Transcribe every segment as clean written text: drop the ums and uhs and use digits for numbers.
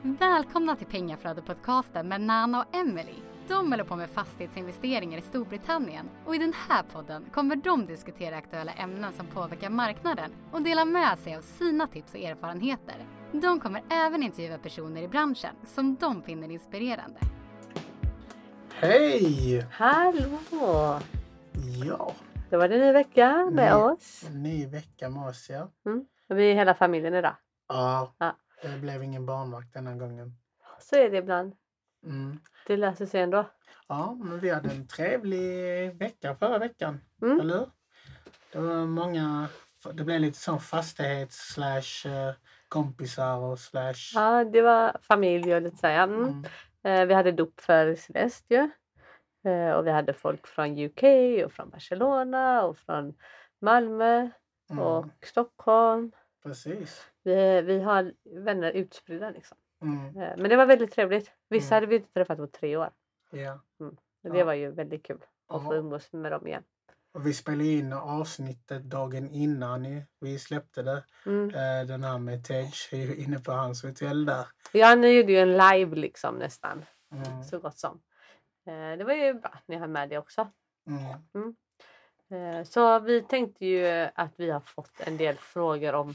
Välkomna till Pengaflödet-podcasten med Nana och Emily. De håller på med fastighetsinvesteringar i Storbritannien och i den här podden kommer de diskutera aktuella ämnen som påverkar marknaden och dela med sig av sina tips och erfarenheter. De kommer även intervjua personer i branschen som de finner inspirerande. Hej! Hallå! Ja. Det var det ny vecka med oss. Ny vecka med oss, ja. Vi är hela familjen idag. Ja. Ja. Det blev ingen barnvakt denna gången. Så är det ibland. Det löser sig ändå. Ja, men vi hade en trevlig vecka förra veckan. Eller hur? Det var många... Det blev lite sån fastighets kompisar och Ja, det var familj och lite så här. Vi hade dop för Celeste ju. Och vi hade folk från UK och från Barcelona och från Malmö och Stockholm. Precis. Vi har vänner utspridda liksom. Men det var väldigt trevligt. Vissa hade vi inte träffat på 3 år. Ja. Men det var ju väldigt kul att få umgås med dem igen. Och vi spelade in avsnittet dagen innan vi släppte det. Den här med Tej inne på hans hotell där. Ja, ni gjorde ju en live liksom nästan. Så gott som. Det var ju bra att ni har med det också. Så vi tänkte ju att vi har fått en del frågor om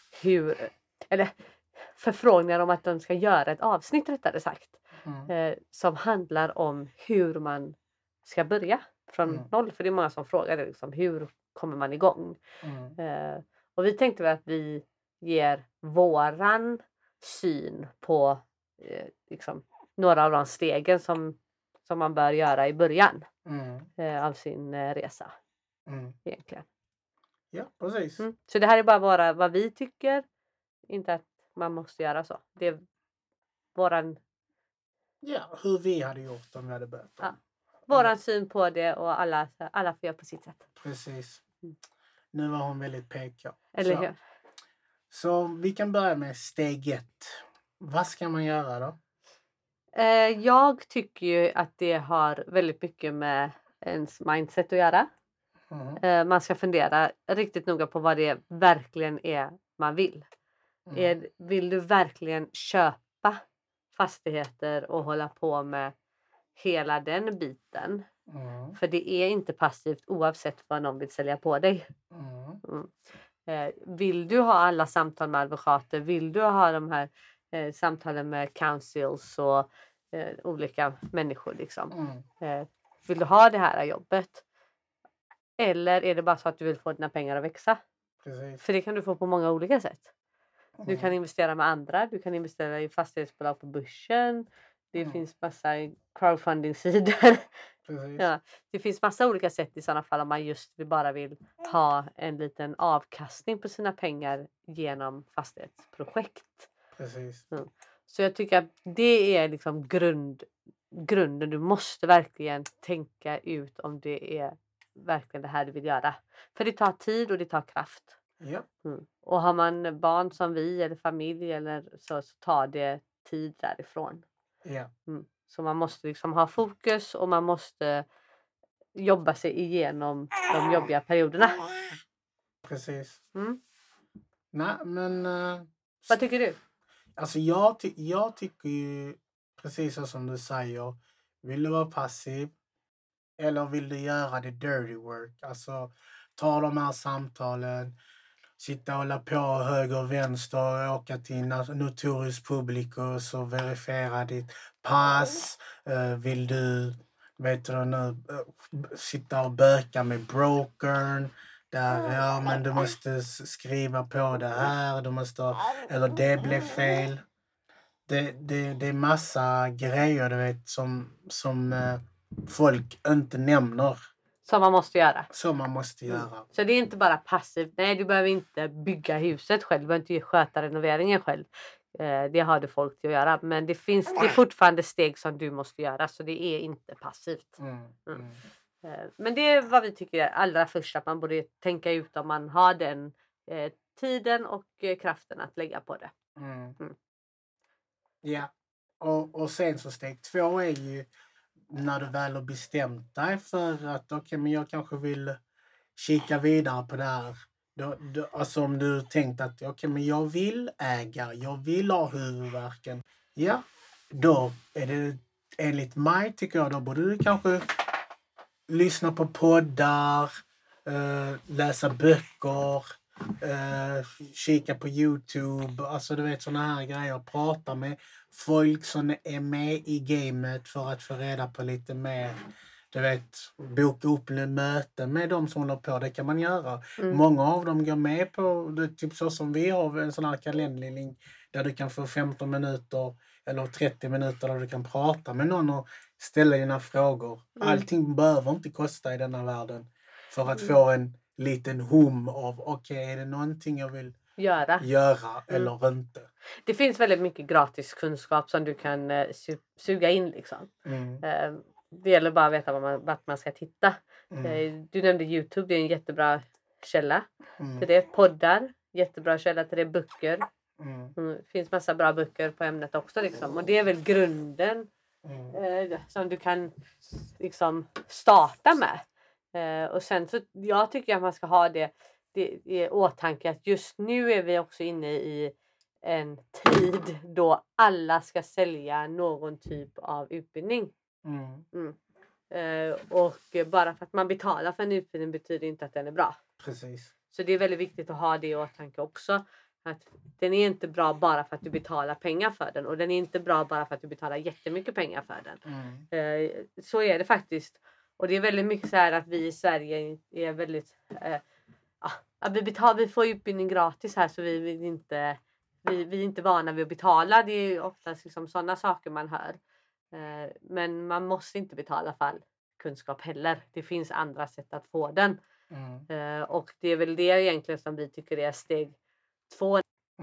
förfrågningar om att de ska göra ett avsnitt rättare sagt. Som handlar om hur man ska börja från noll. För det är många som frågar det, liksom, hur kommer man igång? Och vi tänkte väl att vi ger våran syn på liksom, några av de stegen som man bör göra i början av sin resa. Egentligen. Ja, precis. Så det här är bara vad vi tycker. Inte att man måste göra så. Det är våran... Ja, hur vi hade gjort om vi hade börjat. Ja. Våran syn på det och alla får göra på sitt sätt. Precis. Nu var hon väldigt PK. Eller hur? Så vi kan börja med steg 1. Vad ska man göra då? Jag tycker ju att det har väldigt mycket med ens mindset att göra. Man ska fundera riktigt noga på vad det verkligen är man vill. Vill du verkligen köpa fastigheter och hålla på med hela den biten? För det är inte passivt oavsett vad någon vill sälja på dig. Vill du ha alla samtal med advokater? Vill du ha de här samtalen med councils och olika människor liksom? Vill du ha det här jobbet? Eller är det bara så att du vill få dina pengar att växa? Precis. För det kan du få på många olika sätt. Du kan investera med andra. Du kan investera i fastighetsbolag på börsen. Det finns massa crowdfunding-sidor. Ja, det finns massa olika sätt i sådana fall om man just bara vill ha en liten avkastning på sina pengar genom fastighetsprojekt. Precis. Så jag tycker att det är liksom grunden. Du måste verkligen tänka ut om det är verkligen det här du vill göra. För det tar tid och det tar kraft. Ja. Och har man barn som vi eller familj eller så tar det tid därifrån. Ja. Så man måste liksom ha fokus och man måste jobba sig igenom de jobbiga perioderna. Precis. Nej, men... Vad tycker du? Alltså jag tycker ju precis så som du säger. Vill du vara passiv? Eller vill du göra det dirty work? Alltså ta de här samtalen. Sitta och hålla på höger och vänster och åka till Notorious Publicus och verifiera ditt pass. Vill du, sitta och böka med brokern. Där, men du måste skriva på det här. Eller det blev fel. Det är massa grejer du vet som folk inte nämner. Som man måste göra. Så det är inte bara passivt. Nej, du behöver inte bygga huset själv. Du behöver inte sköta renoveringen själv. Det har du folk till att göra. Men det är fortfarande steg som du måste göra. Så det är inte passivt. Men det är vad vi tycker är allra först. Att man borde tänka ut om man har den tiden och kraften att lägga på det. Ja. Och sen så steg 2 är ju när du väl har bestämt dig för att men jag kanske vill kika vidare på det här. Alltså om du tänkt att men jag vill äga, jag vill ha huvudvärken. Ja, då är det enligt mig tycker jag då borde du kanske lyssna på poddar, läsa böcker, kika på YouTube, alltså du vet såna här grejer, prata med folk som är med i gamet för att få reda på lite mer. Du vet, boka upp en möte med dem som håller på, det kan man göra. Många av dem går med på, det, typ så som vi har en sån här kalenderlink där du kan få 15 minuter eller 30 minuter där du kan prata med någon och ställa dina frågor. Allting behöver inte kosta i denna världen för att få en liten hum av okej, är det någonting jag vill göra eller inte. Det finns väldigt mycket gratis kunskap som du kan suga in liksom. Det gäller bara att veta vart man ska titta. Du nämnde YouTube, det är en jättebra källa till det. Poddar, jättebra källa till det. Böcker. Det finns massa bra böcker på ämnet också liksom. Och det är väl grunden som du kan liksom starta med. Och sen så jag tycker att man ska ha det i åtanke att just nu är vi också inne i en tid då alla ska sälja någon typ av utbildning. Och bara för att man betalar för en utbildning betyder inte att den är bra. Precis. Så det är väldigt viktigt att ha det i åtanke också. Att den är inte bra bara för att du betalar pengar för den. Och den är inte bra bara för att du betalar jättemycket pengar för den. Så är det faktiskt. Och det är väldigt mycket så här att vi i Sverige är väldigt... vi får utbildning gratis här så vi är inte vana vid att betala. Det är oftast liksom sådana saker man hör. Men man måste inte betala för all kunskap heller. Det finns andra sätt att få den. Och det är väl det egentligen som vi tycker är steg 2.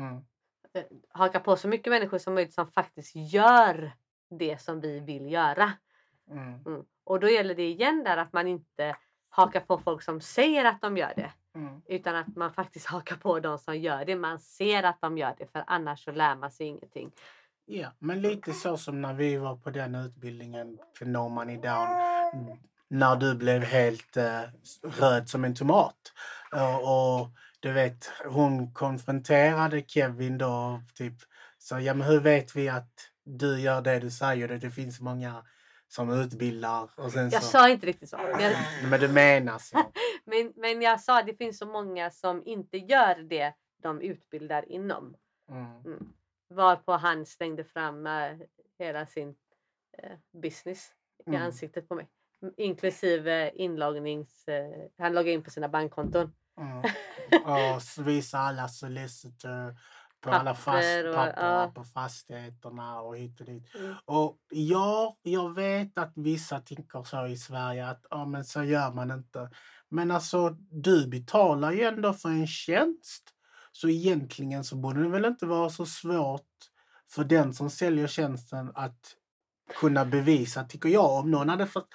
Haka på så mycket människor som möjligt som faktiskt gör det som vi vill göra. Och då gäller det igen där att man inte hakar på folk som säger att de gör det. Utan att man faktiskt hakar på de som gör det. Man ser att de gör det, för annars så lär man sig ingenting. Ja, men lite så som när vi var på den utbildningen för No Money Down. När du blev helt röd som en tomat. Och du vet, hon konfronterade Kevin då. Typ, så ja, men hur vet vi att du gör det du säger? Det finns många som utbildar. Och sen jag sa inte riktigt så. Men du menar så. men jag sa att det finns så många som inte gör det de utbildar inom. Varpå han stängde fram hela sin business i ansiktet på mig. Inklusive han loggade in på sina bankkonton. Och visa alla solicitor på alla papper på fastigheterna och hit och dit. Och jag vet att vissa tänker så i Sverige att men så gör man inte. Men alltså du betalar ju ändå för en tjänst. Så egentligen så borde det väl inte vara så svårt för den som säljer tjänsten att kunna bevisa, tycker jag. Om någon hade fått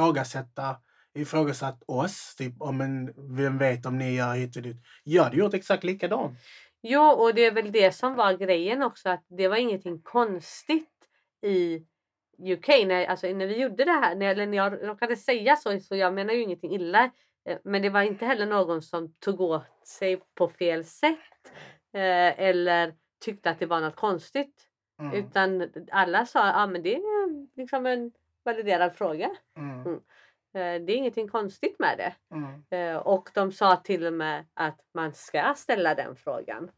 ifrågasatt oss, typ, vem vet om ni gör hit och dit. Jag hade gjort exakt likadant. Jo, och det är väl det som var grejen också, att det var ingenting konstigt i UK. När vi gjorde det här, när jag råkade säga så jag menar ju ingenting illa. Men det var inte heller någon som tog åt sig på fel sätt. Eller tyckte att det var något konstigt. Utan alla sa, men det är liksom en validerad fråga. Det är ingenting konstigt med det. Och de sa till och med att man ska ställa den frågan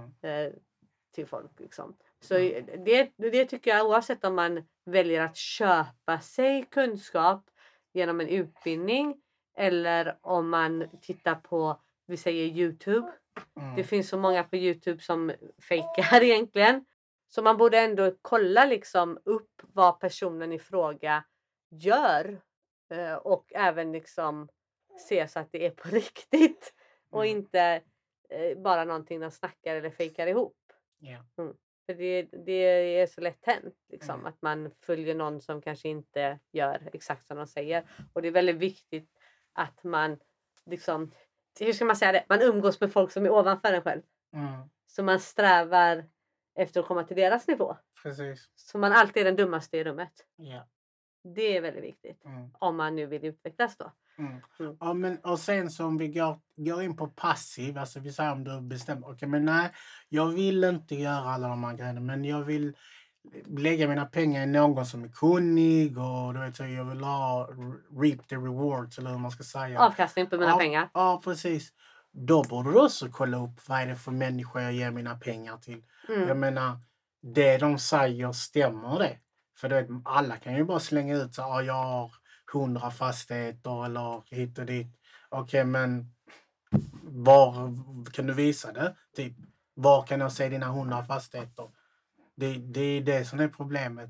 till folk. Liksom. Så det tycker jag, oavsett om man väljer att köpa sig kunskap genom en utbildning. Eller om man tittar på, vi säger YouTube. Det finns så många på YouTube som fejkar egentligen. Så man borde ändå kolla liksom upp vad personen i fråga gör. Och även liksom se så att det är på riktigt. Och inte bara någonting de snackar eller fejkar ihop. För det är så lätt hänt. Liksom, att man följer någon som kanske inte gör exakt som de säger. Och det är väldigt viktigt att man liksom, hur ska man säga det? Man umgås med folk som är ovanför en själv. Så man strävar efter att komma till deras nivå. Precis. Så man alltid är den dummaste i rummet. Ja. Det är väldigt viktigt. Om man nu vill utvecklas då. Ja, men, och sen så om vi går in på passiv. Alltså vi säger om du bestämmer. Okej, men nej. Jag vill inte göra alla de här grejerna. Men jag vill lägga mina pengar i någon som är kunnig och du vet, så jag vill ha reap the rewards eller hur man ska säga. Avkastning på mina pengar. Ja, precis. Då borde du också kolla upp vad är det för människor jag ger mina pengar till. Jag menar, det de säger stämmer det. För du vet, alla kan ju bara slänga ut så jag har 100 fastigheter eller hit och dit. Okej, men var kan du visa det? Typ, var kan jag se dina 100 fastigheter? Det är det som är problemet.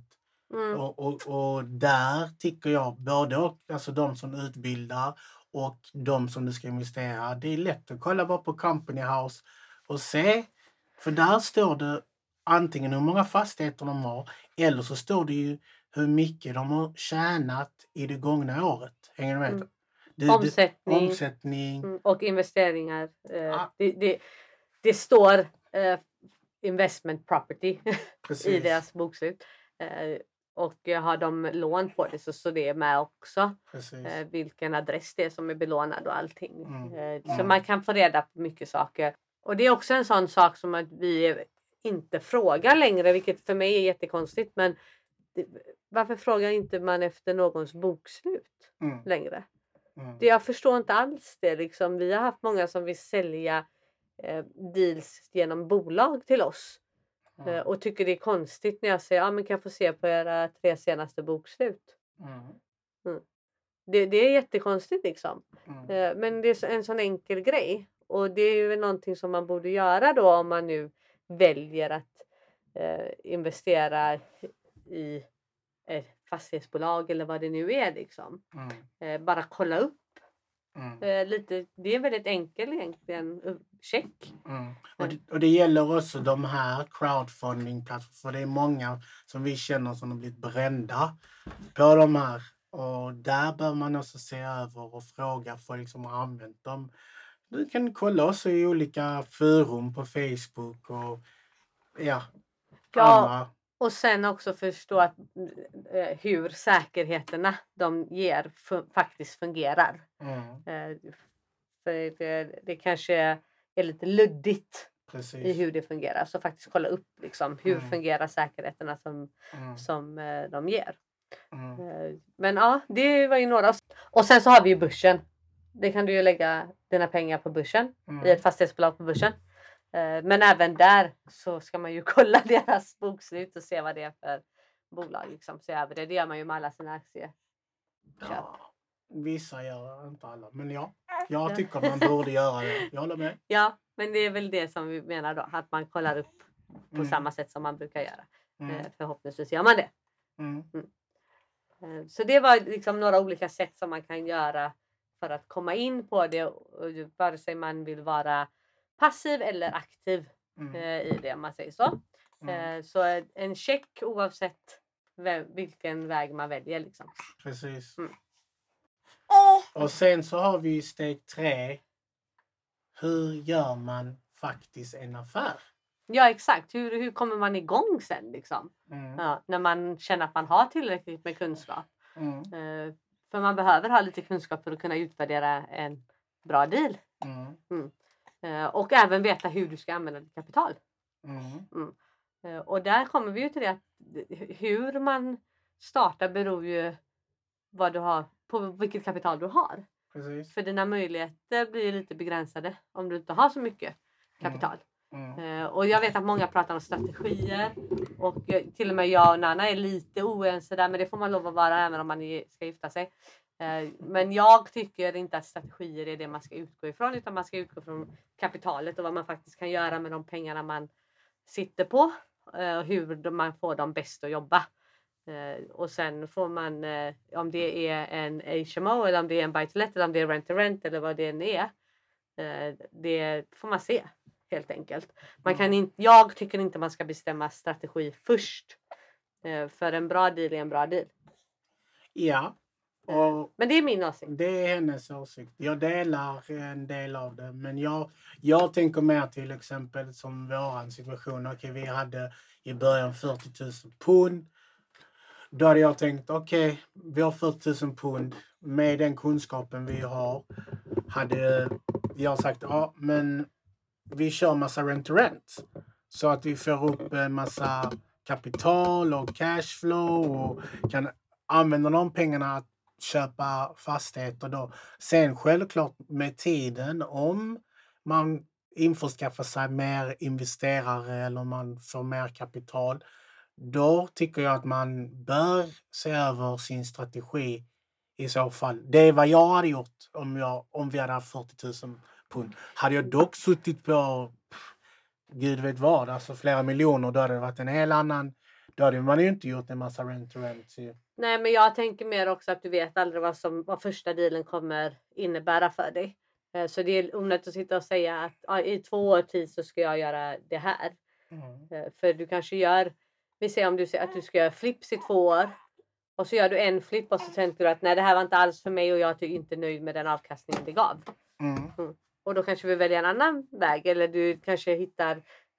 Och där tycker jag både alltså de som utbildar och de som du ska investera. Det är lätt att kolla bara på Company House och se. För där står det antingen hur många fastigheter de har eller så står det ju hur mycket de har tjänat i det gångna året. Hänger du med? Omsättning. Och investeringar. Det står investment property i deras bokslut. Och har de lån på det så det är med också. Vilken adress det är som är belånad och allting. Så man kan få reda på mycket saker. Och det är också en sån sak som att vi inte frågar längre, vilket för mig är jättekonstigt. Men varför frågar inte man efter någons bokslut längre? Jag förstår inte alls det. Liksom. Vi har haft många som vill sälja deals genom bolag till oss. Och tycker det är konstigt när jag säger men kan jag få se på era 3 senaste bokslut. Det är jättekonstigt liksom. Men det är en sån enkel grej. Och det är ju någonting som man borde göra då om man nu väljer att investera i ett fastighetsbolag eller vad det nu är liksom. Bara kolla upp. Lite, det är väldigt enkelt egentligen. Check. Och det gäller också de här crowdfunding, för det är många som vi känner som har blivit brända på de här. Och där bör man också se över och fråga folk som har använt dem. Du kan kolla oss i olika forum på Facebook och andra. Och sen också förstå att hur säkerheterna de ger faktiskt fungerar. För det kanske är lite luddigt i hur det fungerar. Så faktiskt kolla upp liksom, hur fungerar säkerheterna som de ger. Men ja, det var ju några. Och sen så har vi ju börsen. Det kan du ju lägga dina pengar på börsen. I ett fastighetsbolag på börsen. Men även där så ska man ju kolla deras bokslut och se vad det är för bolag. Liksom. Se över det. Det gör man ju med alla sina aktier. Ja, vissa gör inte alla. Men jag tycker man borde göra det. Jag håller med. Ja, men det är väl det som vi menar då. Att man kollar upp på samma sätt som man brukar göra. Förhoppningsvis gör man det. Så det var liksom några olika sätt som man kan göra för att komma in på det. Vare sig man vill vara passiv eller aktiv i det, man säger så. Så en check oavsett vilken väg man väljer. Liksom. Precis. Och sen så har vi steg 3. Hur gör man faktiskt en affär? Ja, exakt. Hur kommer man igång sen liksom? När man känner att man har tillräckligt med kunskap. För man behöver ha lite kunskap för att kunna utvärdera en bra deal. Och även veta hur du ska använda ditt kapital. Och där kommer vi ju till det att hur man startar beror ju vad du har, på vilket kapital du har. Precis. För dina möjligheter blir lite begränsade om du inte har så mycket kapital. Och jag vet att många pratar om strategier och till och med jag och Nana är lite oense där, men det får man lov att vara även om man ska gifta sig. Men jag tycker inte att strategier är det man ska utgå ifrån, utan man ska utgå från kapitalet och vad man faktiskt kan göra med de pengarna man sitter på och hur man får dem bäst att jobba. Och sen får man, om det är en HMO eller om det är en buy to let eller om det är rent to rent eller vad det än är, det får man se helt enkelt. Man kan inte, jag tycker inte man ska bestämma strategi först, för en bra deal är en bra deal. Ja. Och men det är min åsikt. Det är hennes åsikt. Jag delar en del av det. Men jag tänker mer till exempel som våran situation. Okej, vi hade i början 40 000 pund. Då hade jag tänkt, okej, vi har 40 000 pund. Med den kunskapen vi har hade jag sagt, ja men vi kör massa rent-to-rent. Så att vi får upp en massa kapital och cashflow och kan använda de pengarna att köpa fastigheter då. Sen självklart med tiden, om man införskaffar sig mer investerare eller man får mer kapital, då tycker jag att man bör se över sin strategi i så fall. Det är vad jag hade gjort om vi hade haft 40 000 pund. Hade jag dock suttit på gud vet vad, alltså flera miljoner, då hade det varit en hel annan. Då hade man ju inte gjort en massa rent. Nej, men jag tänker mer också att du vet aldrig vad första dealen kommer innebära för dig. Så det är onödigt att sitta och säga att i 2 år tid så ska jag göra det här. För du kanske gör, vi säger om du säger att du ska göra flips i 2 år. Och så gör du en flip och så tänker du att nej, det här var inte alls för mig och jag är inte nöjd med den avkastningen det gav. Och då kanske vi väljer en annan väg. Eller du kanske hittar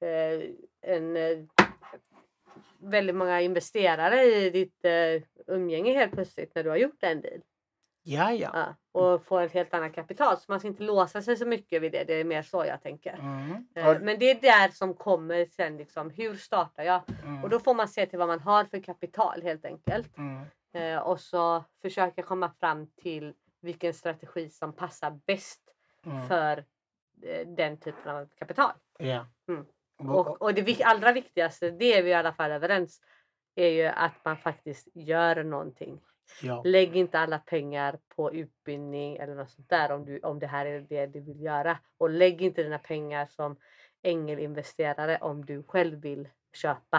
väldigt många investerare i ditt umgänge helt plötsligt när du har gjort en deal. Ja. Och får ett helt annat kapital. Så man ska inte låsa sig så mycket vid det. Det är mer så jag tänker. Men det är där som kommer sen liksom. Hur startar jag? Och då får man se till vad man har för kapital helt enkelt. Och så försöka komma fram till vilken strategi som passar bäst för den typen av kapital. Och det allra viktigaste, det är vi i alla fall överens, är ju att man faktiskt gör någonting. Lägg inte alla pengar på utbildning eller något sånt där om det här är det du vill göra. Och lägg inte dina pengar som ängelinvesterare om du själv vill köpa.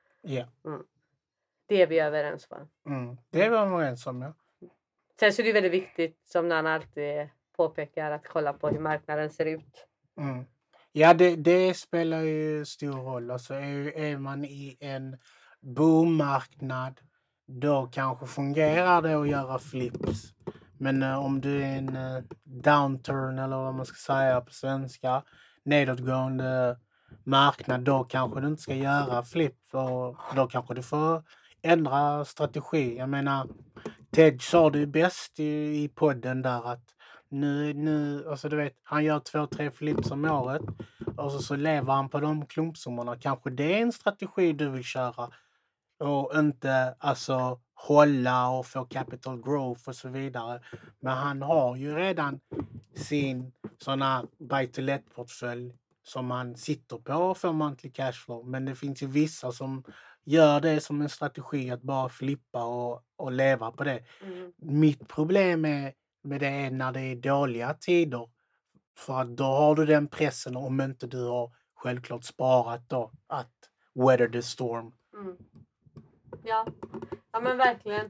Det är vi överens om. Det är vi överens om, ja. Sen så är det väldigt viktigt, som Nana alltid påpekar, att kolla på hur marknaden ser ut. Ja, det spelar ju stor roll. Alltså är man i en boommarknad, då kanske fungerar det att göra flips. Men om du är en downturn, eller vad man ska säga på svenska, nedåtgående marknad, då kanske du inte ska göra flips. Och då kanske du får ändra strategi. Jag menar, Ted sa det bäst i podden där att nu, alltså du vet, han gör 2-3 flips om året och så lever han på de klumpsummorna. Kanske det är en strategi du vill köra och inte alltså hålla och få capital growth och så vidare. Men han har ju redan sin såna buy-to-let-portfölj som han sitter på för monthly cashflow. Men det finns ju vissa som gör det som en strategi att bara flippa och leva på det. Mitt problem med det är när det är dåliga tider. För att då har du den pressen om inte du har självklart sparat då att weather the storm. Ja men verkligen.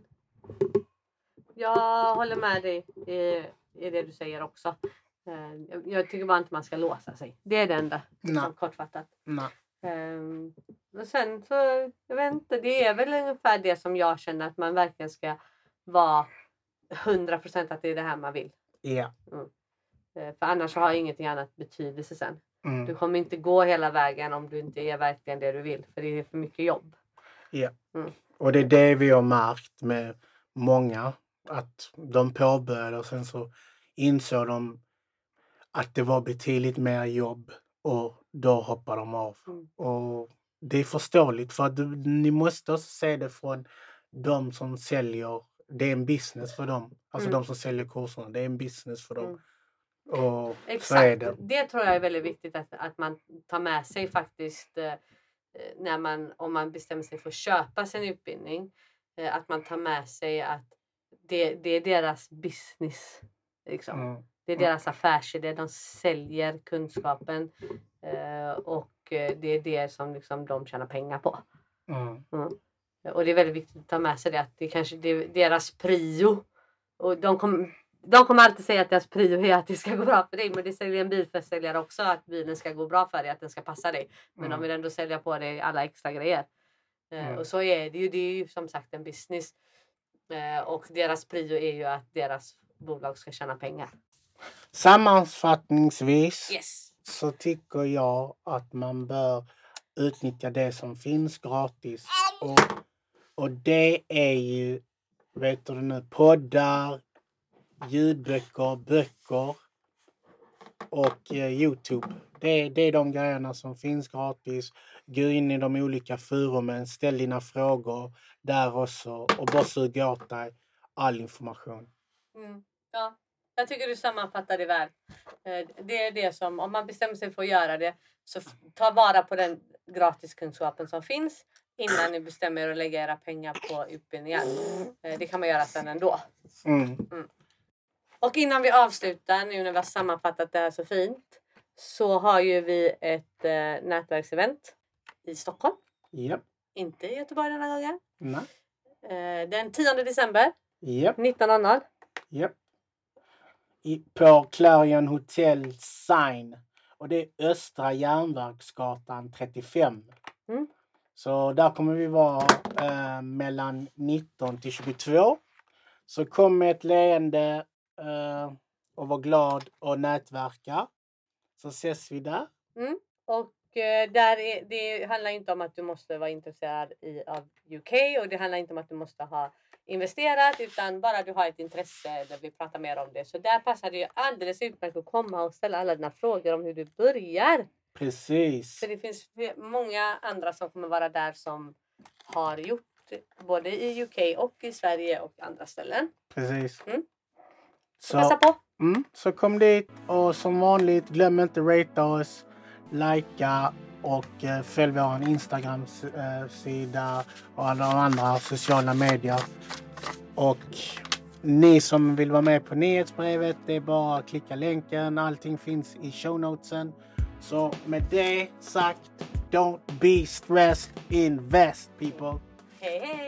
Jag håller med dig i det du säger också. Jag tycker bara inte man ska låsa sig. Det är det enda som kortfattat. Och sen så, jag vet inte, det är väl ungefär det som jag känner att man verkligen ska vara 100% att det är det här man vill. För annars har ingenting annat betydelse sen. Du kommer inte gå hela vägen om du inte är verkligen det du vill. För det är för mycket jobb. Och det är det vi har märkt med många. Att de påbörjade och sen så insåg de att det var betydligt mer jobb. Och då hoppar de av. Och det är förståeligt för att ni måste också se det från de som säljer. Det är en business för dem. Alltså de som säljer kurserna. Det är en business för dem. Och exakt. så är det. Det tror jag är väldigt viktigt att man tar med sig faktiskt om man bestämmer sig för att köpa sin utbildning. Att man tar med sig att det är deras business. Liksom. Det är deras affärsidé. De säljer kunskapen. Och det är det som liksom de tjänar pengar på. Och det är väldigt viktigt att ta med sig det. Att det kanske är deras prio. Och de kommer alltid säga att deras prio är att det ska gå bra för dig. Men det säljer en bilförsäljare också. Att bilen ska gå bra för dig. Att den ska passa dig. Men de vill ändå sälja på dig alla extra grejer. Och så är det ju. Det är ju som sagt en business. Och deras prio är ju att deras bolag ska tjäna pengar. Sammanfattningsvis så tycker jag att man bör utnyttja det som finns gratis. Och det är ju, vet du nu, poddar, ljudböcker, böcker och YouTube. Det är de grejerna som finns gratis. Gå in i de olika forumen, ställ dina frågor där också och bara suga åt dig all information. Ja, jag tycker du sammanfattar det väl. Det är det som, om man bestämmer sig för att göra det, så ta vara på den gratiskunskapen som finns innan ni bestämmer er att lägga era pengar på utbildningar. Det kan man göra sen ändå. Och innan vi avslutar, nu när vi har sammanfattat det här så fint, så har ju vi ett nätverksevent i Stockholm. Yep. Inte i Göteborg den här gången. Nej. Den 10 december. Yep. 19.00. Yep. På Clarion Hotel Sign. Och det är Östra Järnverksgatan 35. Så där kommer vi vara mellan 19 till 22. Så kom med ett leende och var glad och nätverka. Så ses vi där. Och det handlar inte om att du måste vara intresserad av UK. Och det handlar inte om att du måste ha investerat. Utan bara du har ett intresse där vi pratar mer om det. Så där passar det ju alldeles utmärkt att komma och ställa alla dina frågor om hur du börjar. Precis. För det finns många andra som kommer vara där som har gjort både i UK och i Sverige och andra ställen. Precis. Så passa på. Så kom dit och som vanligt glöm inte rata oss, likea och följ vår Instagram-sida och alla andra sociala medier. Och ni som vill vara med på nyhetsbrevet, det är bara att klicka länken. Allting finns i shownotesen. Så med det sagt, don't be stressed, invest people. Hej hej!